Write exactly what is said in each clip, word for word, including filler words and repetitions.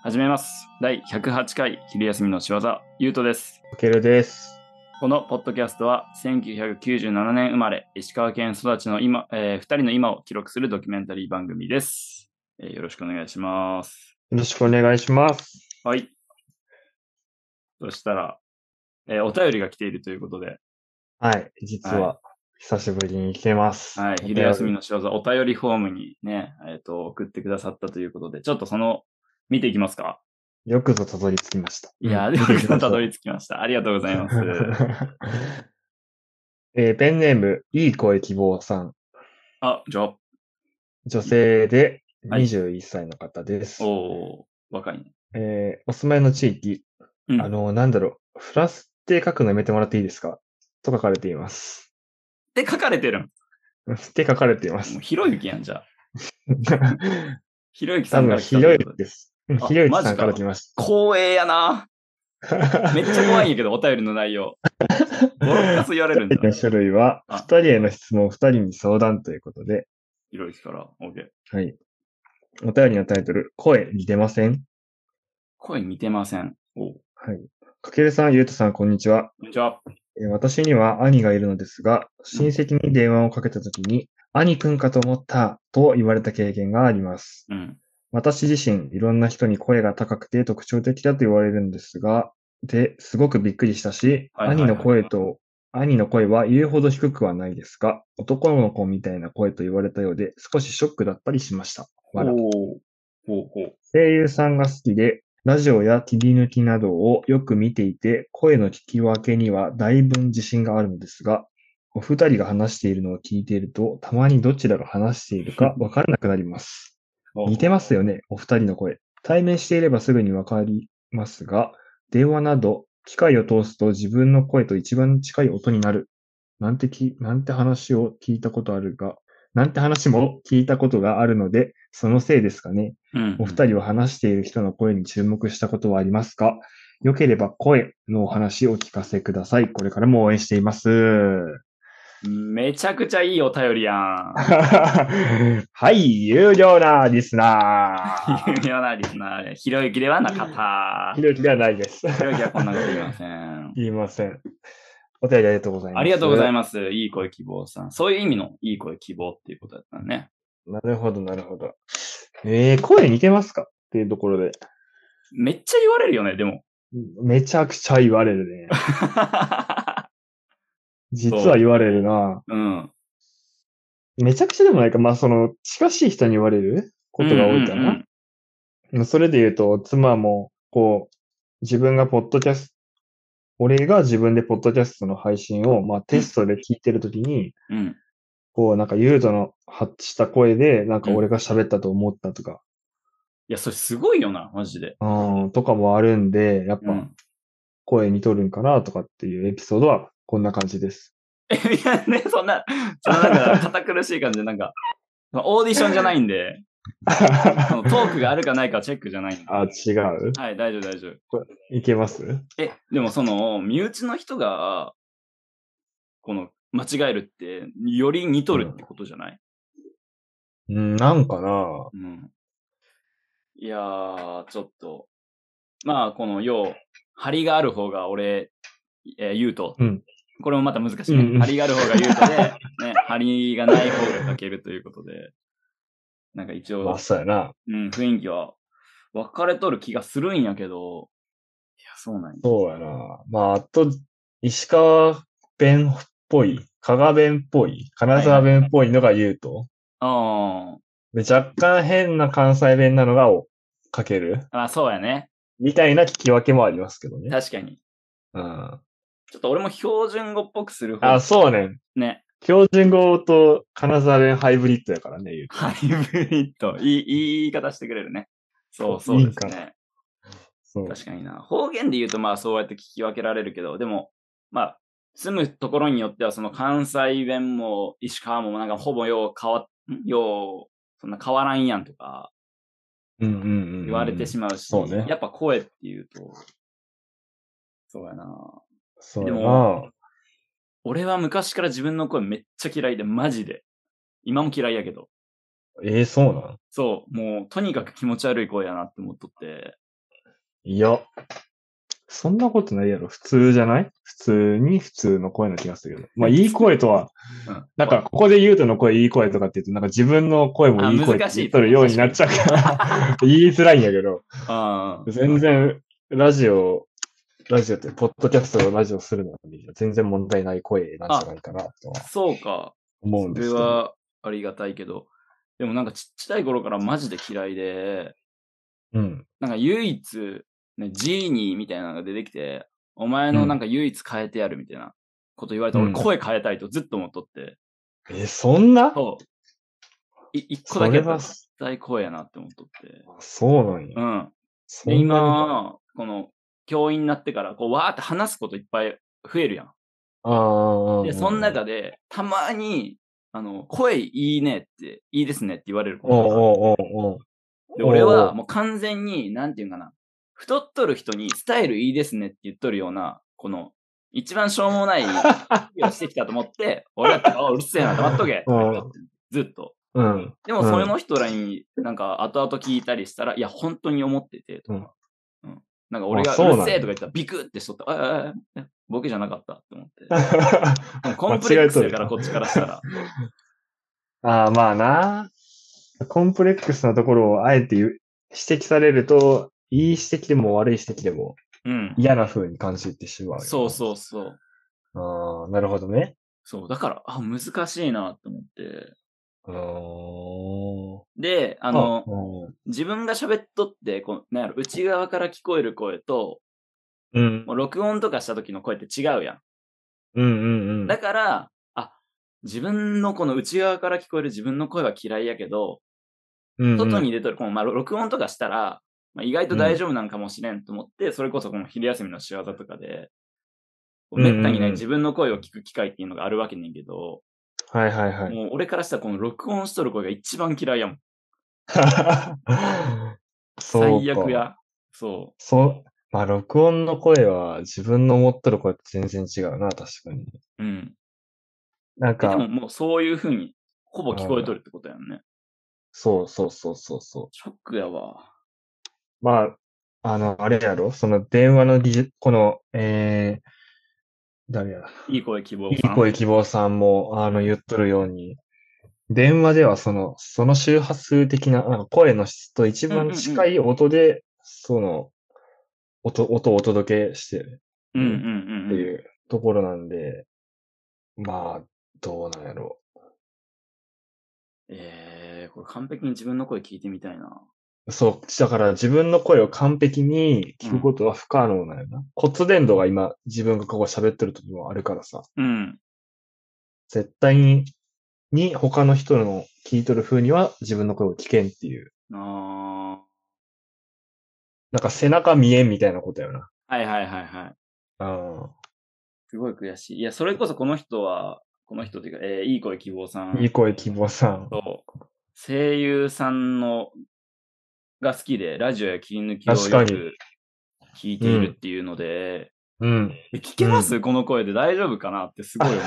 始めます。だいひゃくはちかい昼休みの仕業、ゆうとです。 ケルです。 このポッドキャストはせんきゅうひゃくきゅうじゅうななねん生まれ、石川県育ちの今、えー、ふたりの今を記録するドキュメンタリー番組です。えーよろしくお願いします。 よろしくお願いします。 はい。そしたら、えーお便りが来ているということで、 はい。実はい。 は、久しぶりに来てます。 はい、 お昼休み便り。 の仕業、お便りフォームにね、えっと、送ってくださったということで、ちょっとその、見ていきますか。 よくぞたどり着きました。 いやー、 うん。 でも見ていきましょう。 たどり着きました。ありがとうございます。 えーペンネーム、いい声希望さん。 あ、じゃあ、 女性ではい。 にじゅういっさいの方です。 おー、若いね。 えーお住まいの地域、 うん。 あの、なんだろう、フラスって書くのやめてもらっていいですかと書かれています。 で、書かれてるん。 って書かれていまもう、 す。 ひろゆきやん、じゃあ。ひろゆきさ多分、 んから来ひろゆたということで。 きです。うんひあ、 ろゆきさんからマジか。 来まし光栄やな。めっちゃ怖いんやた。 けど、お便りの内容。ボロッカス言われるんじゃない？ の種類は、 あ、 二人への質問、二人に相談ということで、 ひろゆきから。オーケー。 はい。お便りのタイトル、声似てません？ 声似てません。おう。 はい。かけるさん、ゆうとさん、こんにちは。 こんにちは。 えー私には兄がいるのですが、親うん。 戚に電話をかけたときに、兄くんかと思ったと言われた経験があります。 うん。 私自身、いろんな人に声が高くて特徴的だと言われるんですが、で、すごくびっくりしたし、兄のはいはいはい。 声と、兄の声は言うほど低くはないですが、男の子みたいな声と言われたようで、少しショックだったりしました。わら。 ほう。ほうほう。 声優さんが好きで、ラジオや切り抜きなどをよく見ていて、声の聞き分けにはだいぶ自信があるのですが、お二人が話しているのを聞いていると、たまにどちらが話しているかわからなくなります。似てほうほう。 ますよね、お二人の声。対面していればすぐにわかりますが、電話など機械を通すと自分の声と一番近い音になる。なんてき、なんて話を聞いたことあるが、なんて話も聞いたことがあるので、そのせいですかね。 うんうん。 お二人は話している人の声に注目したことはありますか？よければ声のお話をお聞かせください。これからも応援しています。 めちゃくちゃいいお便りやん。 はい、有料なリスナ有料なリスナーで、ひろゆきではなかっー。ひた。 ろゆきではないです。 ひろゆきはこんなこと言いません。 言いません。お便りありがとうございます。 ありがとうございます。いい声希望さん。そういう意味のいい声希望っていうことだったね。 なるほど、なるほど。えー、声似てますかっていうところで。 めっちゃ言われるよね、でも。 めちゃくちゃ言われるね。実はそ言われるな。 う。うん。 めちゃくちゃでもないか。まあ、その、近しい人に言われるうんことが多いかな。 うんそれで言うと、妻も、こう、自分がポッドキャスト、俺が自分でポッドキャストの配信を、まあ、 うん。 テストで聞いてるときに、 うん。 こう、なんか、ユートの発した声で、なんうん。 か俺が喋ったと思ったとか、 いや、それすごいよな、マジで。 うん、とかもあるんで、やっぱ、 うん。 声似とるんかなとかっていうエピソードは、こんな感じです。 いやね、そんな、そのなんか、堅苦しい感じで、なんか、オーディションじゃないんで、そのトークがあるかないかチェックじゃないんで。 あ、違うはい、大丈夫、大丈夫。 いけますえ、でもその、身内の人が、この、間違えるって、より似とるってことじゃない？ うん、なんかなうん。いやー、ちょっと、まあ、この、要、張りがある方が俺、えー言うと、 うん。 これもまた難しいね。 うんうん張りがある方が言うとで、ね、張りがない方が書けるということで、なんか一まあ、 応、 そうやな。 うん、雰囲気は分かれとる気がするんやけど、いや、そうなんや。 そうやな。まあ、あと、石川弁っぽい、加賀弁っぽい、金沢はいはい。 弁っぽいのが言うと、 あで、若干変な関西弁なのがをかける、 あ、まあそうやね。 みたいな聞き分けもありますけどね。 確かに。 うん。 ちょっと俺も標準語っぽくする方あ、 が、 そうねん。 ね、 標準語と金沢弁ハイブリッドやからね、言うと。 ハイブリッド。いい、いい言い方してくれるね。そう、 おそういいんかな。 ですね。 そう。 確かにな。方言で言うとまあそうやって聞き分けられるけど、でも、まあ、住むところによってはその関西弁も石川もなんかほぼよう変わっ、んよう、そんな変わらんやんとかうんうんうんうん。 言われてしまうし、 そうね。 やっぱ声って言うと、そうやな。 そうやでも、 な。 俺は昔から自分の声めっちゃ嫌いで、マジで。今も嫌いやけど。 ええそうなんそう、もうとにかく気持ち悪い声やなって思っとって。 いや、そんなことないやろ。普通じゃない普通に普通の声の気がするけど。まあ、いい声とは、 うん。 なんか、ここで言うとの声いい声とかって言うと、なんか自分の声もあ、 いい声って難しいとね。 言っとるようになっちゃうから言いづらいんやけど、 ああ。 全然、ラジオ、ラジオって、ポッドキャストをラジオするのに全然問題ない声なんじゃないかなとはそうか。それ思うんですけど。 はありがたいけど。でもなんかちっちゃい頃からマジで嫌いで、 うん。 なんか唯一、ね、ジーニーみたいなのが出てきて、お前のなんか唯一変えてやるみたいなこと言われたら、 うん俺声変えたいとずっと思っとって。 え、そんなそう。い一個それは、 だけやったら絶対声やなって思っとって。 そうなんや。 うん。 そで、 んなにか。 今、この、教員になってから、こう、わーって話すこといっぱい増えるやん。 ああ、 で、その中で、たまに、あの、声いいねって、いいですねって言われることがある。 おうおうおうおうで、俺はもう完全に、なんていうかな、太っとる人にスタイルいいですねって言っとるような、この、一番しょうもないをしてきたと思って、俺だって、あ、うるせえな、黙っとけとか言っとってんずっと。 うん。 でも、その人らになんか後々聞いたりしたら、いや、本当に思ってて、とか。うん。なんか俺がうるせえとか言ったらビクってしとった。ああ、ああ、ボケじゃなかったって思って。もうコンプレックスやから、こっちからしたら。 ああ、まあな。コンプレックスなところをあえて言う指摘されると、いい指摘でも悪い指摘でもうん。 嫌な風に感じてしまうよな。 そうそうそう。 ああ、なるほどね。 そう。だから、あ、難しいなって思って。 あーで、ああの、 うん自分が喋っとって、こうなんやろ、内側から聞こえる声と、 うんもう録音とかした時の声って違うやん。 うんうんだから、あ、自分のこの内側から聞こえる自分の声は嫌いやけど、 うん外に出とる、このまあ、録音とかしたら、まあ、意外と大丈夫なんかもしれんと思って、それこそこの昼休みの仕業とかで、こうめったにね、自分の声を聞く機会っていうのがあるわけねんけど、 はいはいはい。 もう俺からしたらこの録音しとる声が一番嫌いやもん。 そうか。 最悪や。そそう。まあ、録音の声は自分の思っとる声と全然違うな、確かに。 う。うん。え、でもなんか、 もうそういう風に、ほぼ聞こえとうんるってことやんね。 そうそうそうそうそう。 ショックやわ。 まあ、あの、あれやろその電話の技術、この、えー、誰や、 いい声希望いいさん。 声希望さんも、あの、言っとるように、電話ではその、その周波数的な、なんか声の質と一番うんうんうん。 近い音で、その、音、音をお届けしてるうんうんうんってうん。 いうところなんで、まあ、どうなんやろえー、これ完璧に自分の声聞いてみたいな。 う。そう、だから自分の声を完璧に聞くうん。 ことは不可能なんよな。骨伝導が今、自分がここ喋ってる時もあるからさ、 うん。 絶対に、に他の人の聞いとる風には自分の声を聞けんっていう。 あなんか背中見えんみたいなことやな。 ー。はいはいはいはい。 あすごい悔しい。いや、それこそこの人は、この人っていうか、えー、いい声希望さあ、いいん声希望さん。 と、声優さんの、が好きで、ラジオや切り抜きを確かに。 よく聞いているっていうので、 うん。 え聞けます、 うんこの声で大丈夫かなってすごい思う。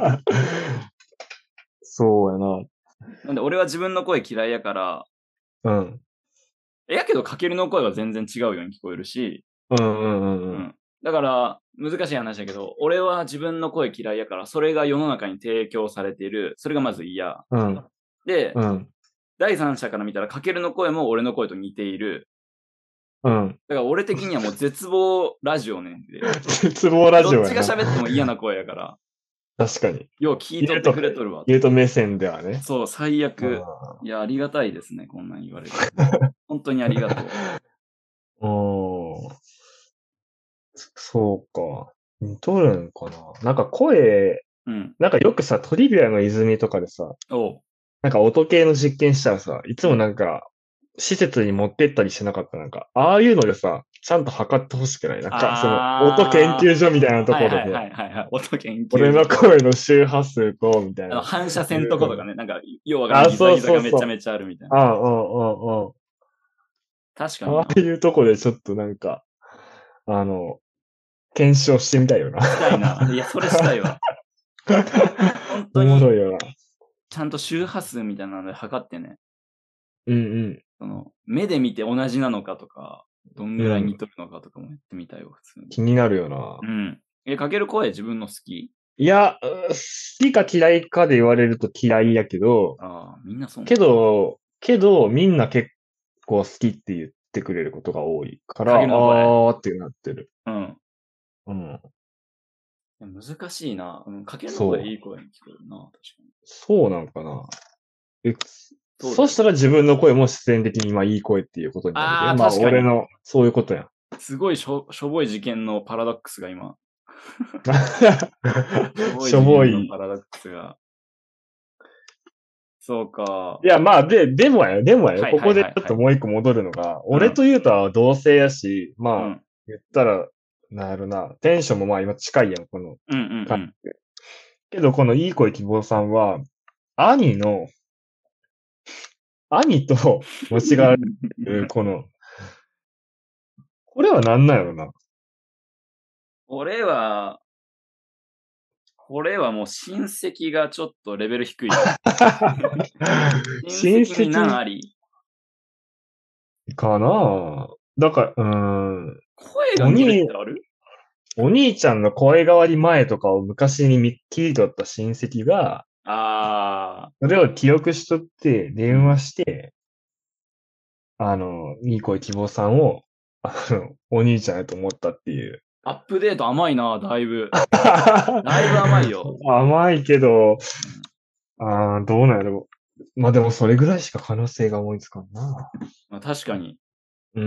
そうやな。 なんで俺は自分の声嫌いやから、 うん。 えやけどかけるの声は全然違うように聞こえるし、 うんうんうんう。 うんん。だから、難しい話だけど、俺は自分の声嫌いやから、それが世の中に提供されている、それがまず嫌。 うん。 で、 うん。 第三者から見たら、かけるの声も俺の声と似ている。 うん。 だから俺的にはもう絶望ラジオねんで。 絶望ラジオどっちがやな。 喋っても嫌な声やから、 確かに。 よう聞いとってくれとるわ。 言うと目線ではね。 そう、最悪。 あいや、ありがたいですね、こんなん言われる。本当にありがとう。 ーうん。そうか。似とるんかな。なんか声、 うん。 なんかよくさ、トリビアの泉とかでさ、 おう。 なんか音系の実験したらさ、いつもなんか、施設に持ってったりしてなかった。なんか、ああいうのでさ、ちゃんと測ってほしくないなんか、その、音研あ究所みたいなところで、 はいはいはいはいはい。音研究俺の声の周波数と、みたいあの、 な。 反射線とことかね、なんか、ようわからんあ、 ギザそうギザがめそうそう。 ちゃめちゃあるみたいな。 あうんうんうん。あ確かにな。 あいうとこでちょっとなんか、あの、検証してみたいよな。 したいな。いや、それしたいわ。本当おもに、 ろいよな。 ちゃんと周波数みたいなので測ってね、 うんうん。 その、目で見て同じなのかとか、 どんぐらい似とるのかとかもやってみたいよ、普通に。 気になるよな。 うん。え、かける声自分の好き？ いや、好きか嫌いかで言われると嫌いやけど、 ああ、みんなそうなけのか。 ど、けど、みんな結構好きって言ってくれることが多いから、 かけるの声あーってなってる。 うん。 うん。 難しいな。うん、かけるのそう声いい声に聞こえるな、確かに。 そうなんかな。え、 そうだよそしたら自分の声も必然的に今いい声っていうことになるで。 あーまあ確かに俺の、そういうことやん。 すごいしょしょぼい事件のパラドックスが今。 しょぼい。 事件のパラドックスが。そうか。 いや、まあ、で、でもやよ、でもやよ。 はいここではいはいはいちょっともう一個戻るのが、俺とゆうたは同性やし、まあ、 うん。 言ったら、なんやろな、テンションもまあ今近いやん、このうんうんうん。 感じで。けど、このいい声希望さんは、兄の、兄と間違われる、この、これはなんなんやろな。 俺は、これはもう親戚がちょっとレベル低い。親戚に何ありかなだから、うーん。 声が似るってある？ お兄ちゃんの声変わり前とかを昔に見っきりとった親戚が、 あそれを記憶しとって電話して、あの、いい声希望さんを、あの、お兄ちゃんやと思ったっていう。 ー、アップデート甘いな、だいぶ。だいぶ甘いよ。 甘いけど、あーどうなんやろ。まあでもそれぐらいしか可能性が思いつかんな。 まあ、確かに。 うん。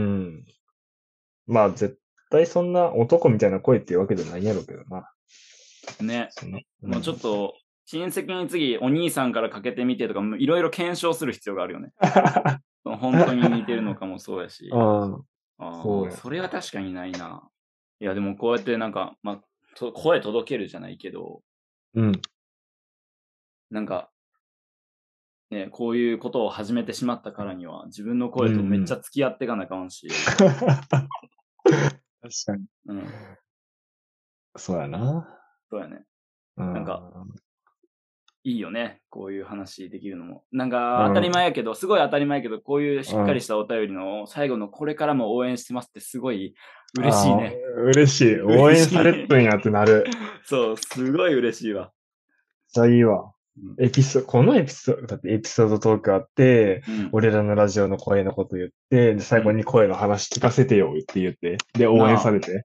まあ絶対そんな男みたいな声っていうわけじゃないんやろうけどな。 ね。 そのもうちょっと、親戚に次、お兄さんからかけてみてとか、いろいろ検証する必要があるよね。本当に似てるのかもそうやし。 うんああ、 そうやそれは確かにないな。いや、でもこうやってなんか、まあ、と声届けるじゃないけど、 うん。 なんか、ね、こういうことを始めてしまったからには、自分の声とめっちゃ付き合っていかなあかんし。 確かに。 うん。 そうやな。 そうやね。 うん。 なんか、いいよね。こういう話できるのも。なんか、当たり前やけど、すごい当たり前やけど、こういうしっかりしたお便りの最後のこれからも応援してますってすごい嬉しいね。 あー嬉しい。応援されるんやってなる。 そう、すごい嬉しいわ。 じゃあいいわ。 うんエピソこのエピソード、だってエピソードトークあって、 うん俺らのラジオの声のこと言って、で、最後に声の話聞かせてよって言って、で、応援されて。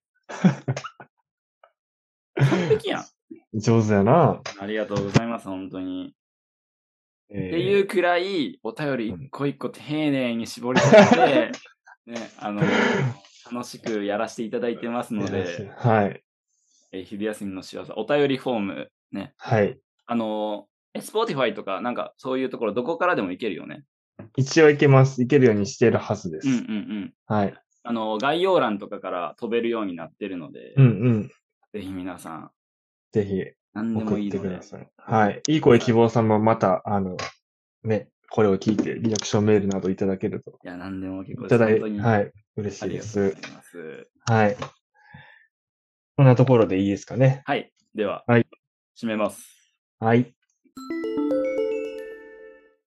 完璧やん。 上手やな。 ありがとうございます、本当に。 えーっていうくらい、お便り一個一個丁寧に絞り込んで、ね、あの、楽しくやらせていただいてますので、 はい。 えー昼休みの仕業、お便りフォーム、ね、 はい。 あの、え Spotify とか、なんかそういうところ、どこからでもいけるよね。 一応いけます。いけるようにしてるはずです。 うんうんうん。 はい。 あの、概要欄とかから飛べるようになってるので、 うんうん。 ぜひ皆さん、 ぜひ、 何でも送っいいのでてくだ。さい。はい。いい声希望さんもまた、あの、ね、これを聞いてリアクションメールなどいただけると。 いや、何でも結構です。 いただい本当にはい。嬉しあいですりがとうご。ざいます。 はい。こんなところでいいですかね。 はい。では、 はい締めます。 はい。